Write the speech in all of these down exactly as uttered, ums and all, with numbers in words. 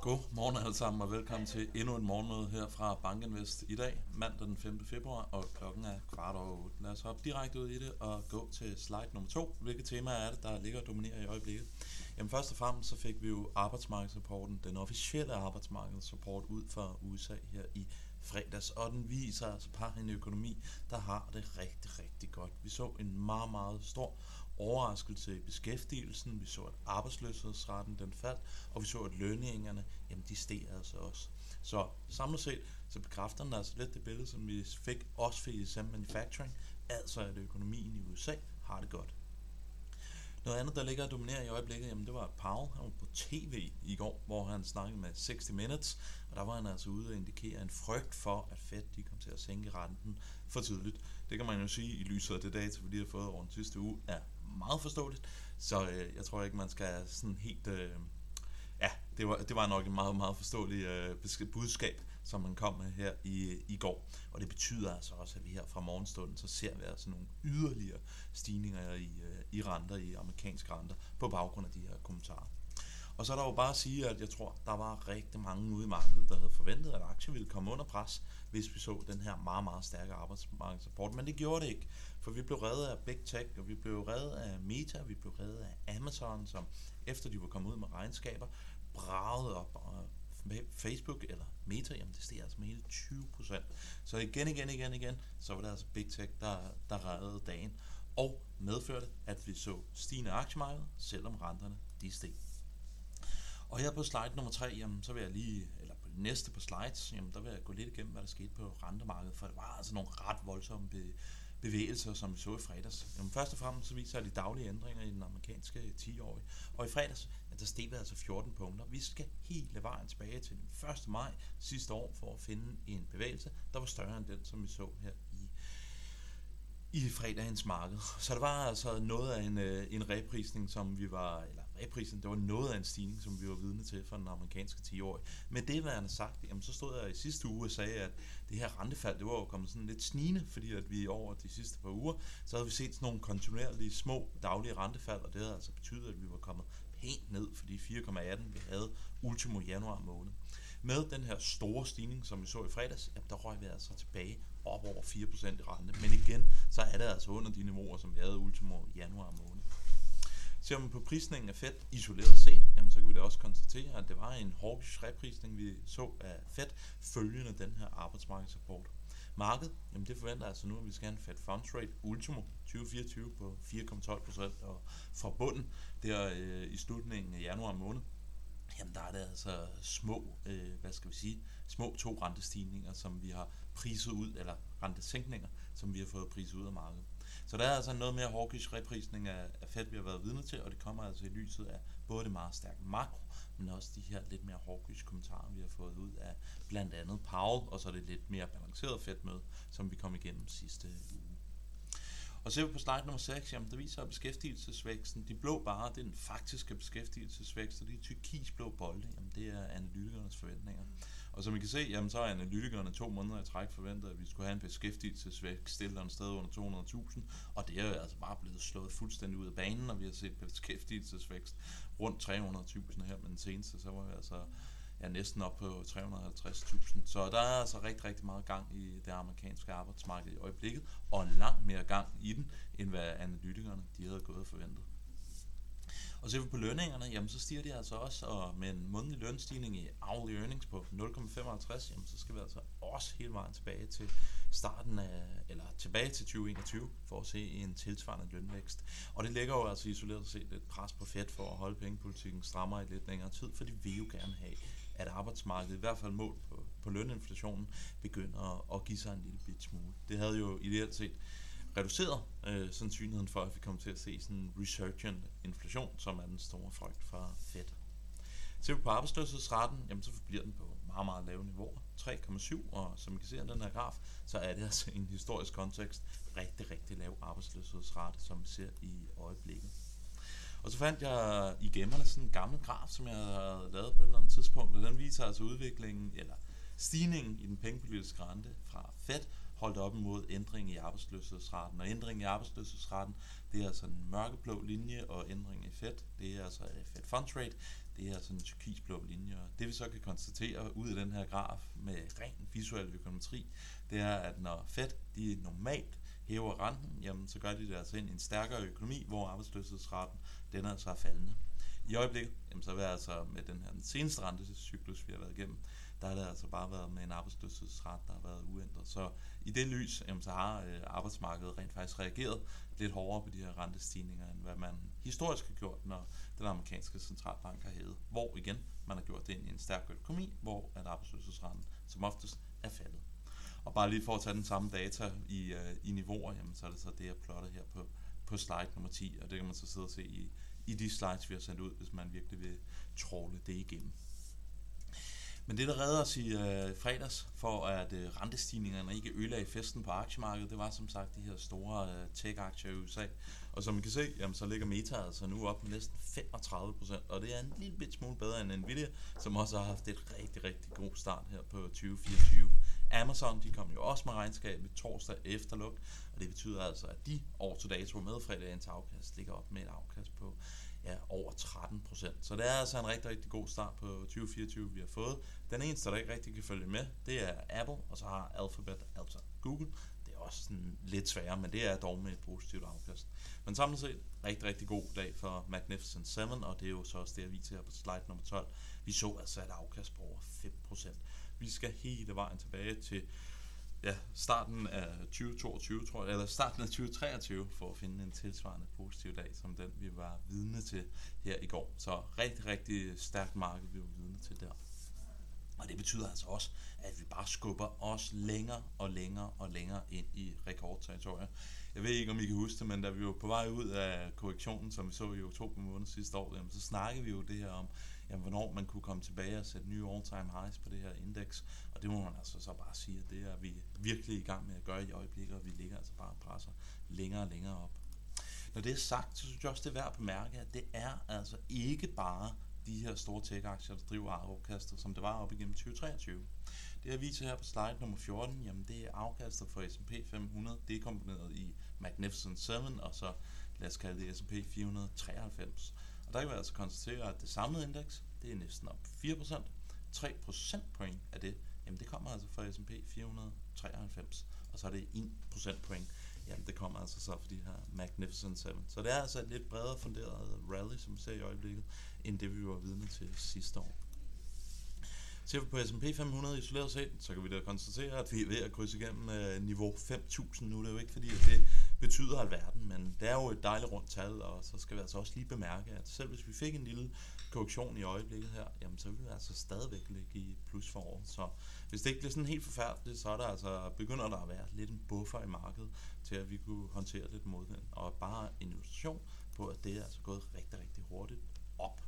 God morgen alle sammen, og velkommen til endnu en morgenmøde her fra BankInvest i dag, mandag den femte februar, og klokken er kvart over otte. Lad os hoppe direkte ud i det og gå til slide nummer to. Hvilke temaer er det, der ligger og dominerer i øjeblikket? Jamen først og fremmest så fik vi jo arbejdsmarkedsrapporten, den officielle arbejdsmarkedsrapport ud fra U S A her i fredags, og den viser altså par en økonomi, der har det rigtig, rigtig godt. Vi så en meget, meget stor overraskelse i beskæftigelsen, vi så at arbejdsløshedsraten den faldt, og vi så at lønningerne, jamen de steg altså også. Så samlet set, så bekræfter den altså lidt det billede, som vi fik også for I S M Manufacturing, altså at økonomien i U S A har det godt. Noget andet, der ligger og dominerer i øjeblikket, jamen det var Powell. Han var på tv i går, hvor han snakkede med sixty minutes, og der var han altså ude og indikere en frygt for, at Fed de kom til at sænke renten for tidligt. Det kan man jo sige i lyset af det data, vi lige har fået over den sidste uge, er meget forståeligt, så øh, jeg tror ikke, man skal sådan helt... Øh, ja, det var, det var nok et meget, meget forståeligt øh, budskab, som man kom med her i, i går. Og det betyder altså også, at vi her fra morgenstunden, så ser vi altså nogle yderligere stigninger i, øh, i renter, i amerikanske renter, på baggrund af de her kommentarer. Og så er der jo bare at sige, at jeg tror, der var rigtig mange ude i markedet, der havde forventet, at aktier ville komme under pres, hvis vi så den her meget, meget stærke arbejdsmarkedsrapport. Men det gjorde det ikke, for vi blev reddet af Big Tech, og vi blev reddet af Meta, vi blev reddet af Amazon, som efter de var kommet ud med regnskaber, bragede op, og Facebook eller Meta, jamen det steg altså med hele tyve procent. Så igen, igen, igen, igen, så var det altså Big Tech, der, der reddede dagen, og medførte, at vi så stigende aktiemarkeder, selvom renterne de steg. Og her på slide nummer tre, jamen, så vil jeg lige, eller på næste på slides, jamen, der vil jeg gå lidt igennem, hvad der skete på rentemarkedet, for det var altså nogle ret voldsomme be- bevægelser, som vi så i fredags. Jamen, først og fremmest så viser jeg de daglige ændringer i den amerikanske ti-årige, og i fredags, ja, der steg vi altså fjorten punkter. Vi skal hele vejen tilbage til den første maj sidste år, for at finde en bevægelse, der var større end den, som vi så her i i fredagens marked. Så det var altså noget af en, en reprisning, som vi var, eller reprisning, det var noget af en stigning, som vi var vidne til for den amerikanske ti-årige. Med det værende sagt, jamen, så stod jeg i sidste uge og sagde, at det her rentefald, det var jo kommet sådan lidt snigende, fordi at vi over de sidste par uger, så havde vi set sådan nogle kontinuerlige små daglige rentefald, og det havde altså betydet, at vi var kommet pænt ned for de fire komma atten, vi havde ultimo januar måned. Med den her store stigning, som vi så i fredags, jamen, der røg vi altså tilbage op over fire procent i rente. Men igen, så er det altså under de niveauer, som vi havde ultimo januar måned. Ser man på prisningen af Fed isoleret set, jamen, så kan vi da også konstatere, at det var en hawkish reprisning, vi så af Fed, følgende den her arbejdsmarkedsrapport. Markedet, jamen det forventer altså nu, at vi skal have en Fed Funds Rate ultimo tyve fireogtyve på fire komma tolv procent, og fra bunden der øh, i slutningen af januar måned, jamen der er det altså små, øh, hvad skal vi sige, små to rentestigninger, som vi har priset ud, eller rentesænkninger, som vi har fået priset ud af markedet. Så der er altså noget mere hawkish reprisning af, af Fed, vi har været vidne til, og det kommer altså i lyset af både det meget stærke makro, men også de her lidt mere hawkish kommentarer, vi har fået ud af blandt andet Powell, og så er det lidt mere balanceret Fed-møde, som vi kom igennem sidste uge. Og ser vi på slide nummer seks, jamen der viser, at beskæftigelsesvæksten, de blå bare, det er den faktiske beskæftigelsesvækst, og de turkisblå bolde, jamen det er analytikernes forventninger. Og som I kan se, jamen så er analytikerne to måneder i træk forventet, at vi skulle have en beskæftigelsesvækst stille et sted under to hundrede tusind, og det er jo altså bare blevet slået fuldstændig ud af banen, og vi har set beskæftigelsesvækst rundt tre hundrede tusind her med den seneste, så var vi altså ja, næsten op på tre hundrede og halvtreds tusind. Så der er altså rigtig, rigtig meget gang i det amerikanske arbejdsmarked i øjeblikket, og langt mere gang i den, end hvad analytikerne de havde gået og forventet. Og ser vi på lønningerne, jamen så stiger de altså også, og med en månedlig lønstigning i hourly earnings på nul komma femoghalvtreds, jamen så skal vi altså også hele vejen tilbage til starten af, eller tilbage til tyve enogtyve, for at se en tilsvarende lønvækst. Og det lægger jo altså isoleret set et pres på Fed for at holde pengepolitikken strammere i lidt længere tid, for de vil jo gerne have, at arbejdsmarkedet, i hvert fald mål på, på løninflationen, begynder at, at give sig en lille bit smule. Det havde jo ideelt set reduceret øh, sandsynligheden for, at vi kommer til at se sådan en resurgent inflation, som er den store frygt fra Fed. Ser vi på arbejdsløshedsraten, jamen så bliver den på meget, meget lave niveauer, tre komma syv, og som I kan se af den her graf, så er det altså i en historisk kontekst rigtig, rigtig lav arbejdsløshedsrate, som vi ser i øjeblikket. Og så fandt jeg i gemmerne sådan en gammel graf, som jeg havde lavet på et eller andet tidspunkt, og den viser altså udviklingen, eller stigningen i den pengepolitiske rente fra Fed holdt op imod ændring i arbejdsløshedsraten. Og ændring i arbejdsløshedsraten, det er altså en mørkeblå linje, og ændring i Fed, det er altså Fed Funds Rate, det er altså en turkisblå linje. Og det vi så kan konstatere ud af den her graf med ren visuel økonometri, det er, at når Fed de normalt hæver renten, jamen så gør de det altså ind i en stærkere økonomi, hvor arbejdsløshedsraten den er altså faldende. I øjeblikket, jamen så vil altså med den her den seneste rentecyklus, vi har været igennem, der har det altså bare været med en arbejdsløshedsrate, der har været uændret. Så i det lys, jamen, så har øh, arbejdsmarkedet rent faktisk reageret lidt hårdere på de her rentestigninger, end hvad man historisk har gjort, når den amerikanske centralbank har hævet. Hvor igen, man har gjort det ind i en stærk økonomi, hvor at arbejdsløshedsraten som oftest er faldet. Og bare lige for at tage den samme data i, øh, i niveauer, jamen, så er det så det, jeg plotter her på, på slide nummer ti, og det kan man så sidde og se i, i de slides, vi har sendt ud, hvis man virkelig vil tråle det igennem. Men det, der redder os i øh, fredags, for at øh, rentestigningerne ikke ødelagde festen på aktiemarkedet, det var som sagt de her store øh, tech-aktier i U S A. Og som man kan se, jamen, så ligger Meta altså nu op med næsten femogtredive procent, og det er en lille bit smule bedre end Nvidia, som også har haft et rigtig, rigtig god start her på tyve fireogtyve. Amazon, de kom jo også med regnskab i torsdag efter luk, og det betyder altså, at de år til dato med fredagens afkast ligger op med et afkast på ja, over tretten procent. Så det er altså en rigtig, rigtig god start på tyve fireogtyve, vi har fået. Den eneste, der ikke rigtig kan følge med, det er Apple, og så har Alphabet, altså Google. Det er også sådan lidt sværere, men det er dog med et positivt afkast. Men samlet set, rigtig, rigtig god dag for Magnificent syv, og det er jo så også det, jeg viser her på slide nummer tolv. Vi så altså et afkast på over fem procent. Vi skal hele vejen tilbage til ja, starten af tyve toogtyve, tror jeg, eller starten af tyve treogtyve, for at finde en tilsvarende positiv dag, som den vi var vidne til her i går. Så rigtig, rigtig stærkt marked, vi var vidne til der. Og det betyder altså også, at vi bare skubber os længere og længere og længere ind i rekordterritoriet. Jeg ved ikke, om I kan huske det, men da vi var på vej ud af korrektionen, som vi så i oktober måned sidste år, jamen, så snakkede vi jo det her om, jamen, hvornår man kunne komme tilbage og sætte nye all-time highs på det her indeks. Og det må man altså så bare sige, at det er vi virkelig i gang med at gøre i øjeblikket, og vi ligger altså bare og presser længere og længere op. Når det er sagt, så synes jeg også, det er værd at bemærke, at det er altså ikke bare de her store tech-aktier, der driver afkastet, som det var op igennem tyve treogtyve. Det jeg viser her på slide nummer fjorten, jamen det er afkastet for S and P fem hundrede, det er kombineret i Magnificent syv, og så lad os kalde det S and P fire hundrede treoghalvfems. Og der kan vi altså konstatere, at det samlede indeks, det er næsten op fire procent. tre procentpoint af det, jamen det kommer altså fra S and P fire hundrede treoghalvfems, og så er det en procentpoint. Jamen det kommer altså så for de her Magnificent syv. Så det er altså et lidt bredere funderet rally, som vi ser i øjeblikket, end det vi var vidne til sidste år. Ser vi på S and P fem hundrede isoleret set, så kan vi da konstatere, at vi er ved at krydse igennem øh, niveau fem tusind nu. Det er jo ikke fordi, at det betyder alverden, men det er jo et dejligt rundt tal, og så skal vi altså også lige bemærke, at selv hvis vi fik en lille korrektion i øjeblikket her, jamen så vil vi altså stadigvæk ligge i plus for året. Så hvis det ikke bliver sådan helt forfærdeligt, så er der altså, begynder der at være lidt en buffer i markedet, til at vi kunne håndtere lidt modvind, og bare en illustration på, at det er altså gået rigtig, rigtig hurtigt op.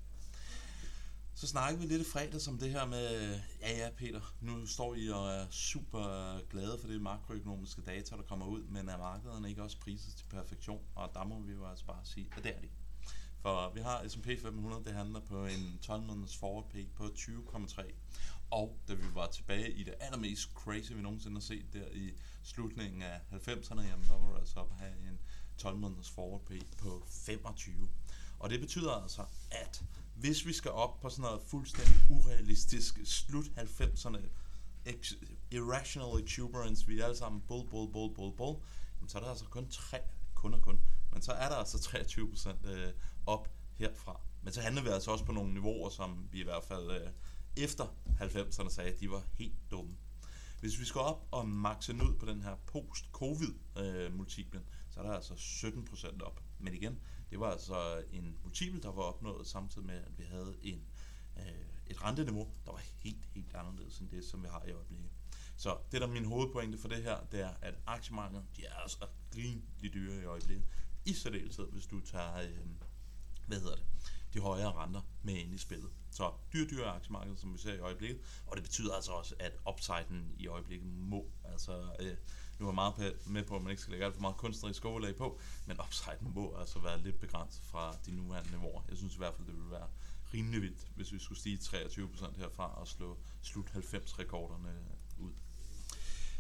Så snakker vi lidt i fredag som det her med, ja ja Peter, nu står I og er super glade for det makroøkonomiske data, der kommer ud, men er markederne ikke også priset til perfektion? Og der må vi jo altså bare sige, at det er det. For vi har S and P fem hundrede, det handler på en tolv måneders forward peak på tyve komma tre. Og da vi var tilbage i det allermest crazy, vi nogensinde har set der i slutningen af halvfemserne, jamen der var det altså op at have en tolv måneders forward peak på femogtyve. Og det betyder altså, at hvis vi skal op på sådan noget fuldstændig urealistisk slut halvfemserne, irrational exuberance, vi er alle sammen bull, bull, bull, bull, bull, så er der altså kun tre, kun og kun, men så er der altså treogtyve procent øh, op herfra. Men så handler vi altså også på nogle niveauer, som vi i hvert fald øh, efter halvfemserne sagde, at de var helt dumme. Hvis vi skal op og makse ud på den her post-covid-multiplen, øh, så er der altså sytten procent op. Men igen, det var altså en multiple, der var opnået samtidig med, at vi havde en, øh, et renteniveau, der var helt, helt anderledes end det, som vi har i øjeblikket. Så det, der er min hovedpointe for det her, det er, at aktiemarkedet, de er altså rimelig dyre i øjeblikket. I særdeleshed, hvis du tager, øh, hvad hedder det, de højere renter med ind i spillet. Så dyre, dyre aktiemarkedet, som vi ser i øjeblikket, og det betyder altså også, at upsiden i øjeblikket må, altså, øh, nu er jeg meget med på, at man ikke skal lægge alt for meget kunstnerisk overlag på, men upsiden må altså være lidt begrænset fra de nuværende niveauer. Jeg synes i hvert fald, det ville være rimelig vildt, hvis vi skulle stige treogtyve procent herfra og slå slut halvfems rekorderne ud.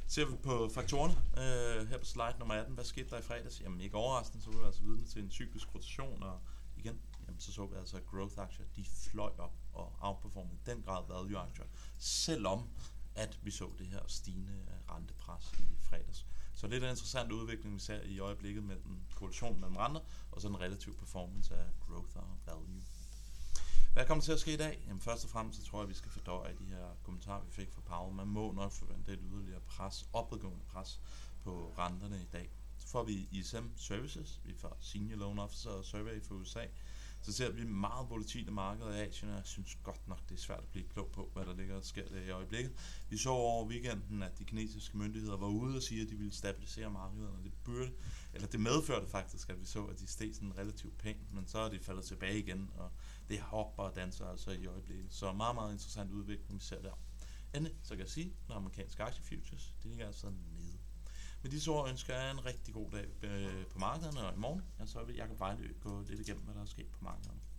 Ser vi på faktorerne øh, her på slide nummer atten, hvad skete der i fredags? Jamen ikke overraskende, så var vi altså vidne til en cyklisk rotation, og igen, jamen, så så vi altså growth-aktier, de fløj op og outperformede i den grad value-aktier, selvom at vi så det her stigende rentepres i fredags. Så det er en interessant udvikling, vi ser i øjeblikket mellem korrelationen mellem renter, og så den relative performance af growth og value. Hvad kommer til at ske i dag? Jamen først og fremmest så tror jeg, at vi skal fordøje de her kommentarer, vi fik fra Powell. Man må nok forvente et yderligere pres, opadgående pres på renterne i dag. Så får vi I S M Services, vi får Senior Loan Officer Survey for U S A. Så ser vi meget volatile markeder i Asien, og jeg synes godt nok, det er svært at blive klog på, hvad der ligger og sker der i øjeblikket. Vi så over weekenden, at de kinesiske myndigheder var ude og sige, at de ville stabilisere markederne, og det burde, eller det medførte faktisk, at vi så, at de steg sådan relativt pænt, men så er de faldet tilbage igen, og det hopper og danser altså i øjeblikket. Så meget, meget interessant udvikling, vi ser der. Endelig, så kan jeg sige, at amerikanske aktiefutures, de ligger altså nede. Med disse ord ønsker jeg en rigtig god dag på markederne, og i morgen, ja, så vil Jacob Vejlø gå lidt igennem, hvad der er sket på markederne.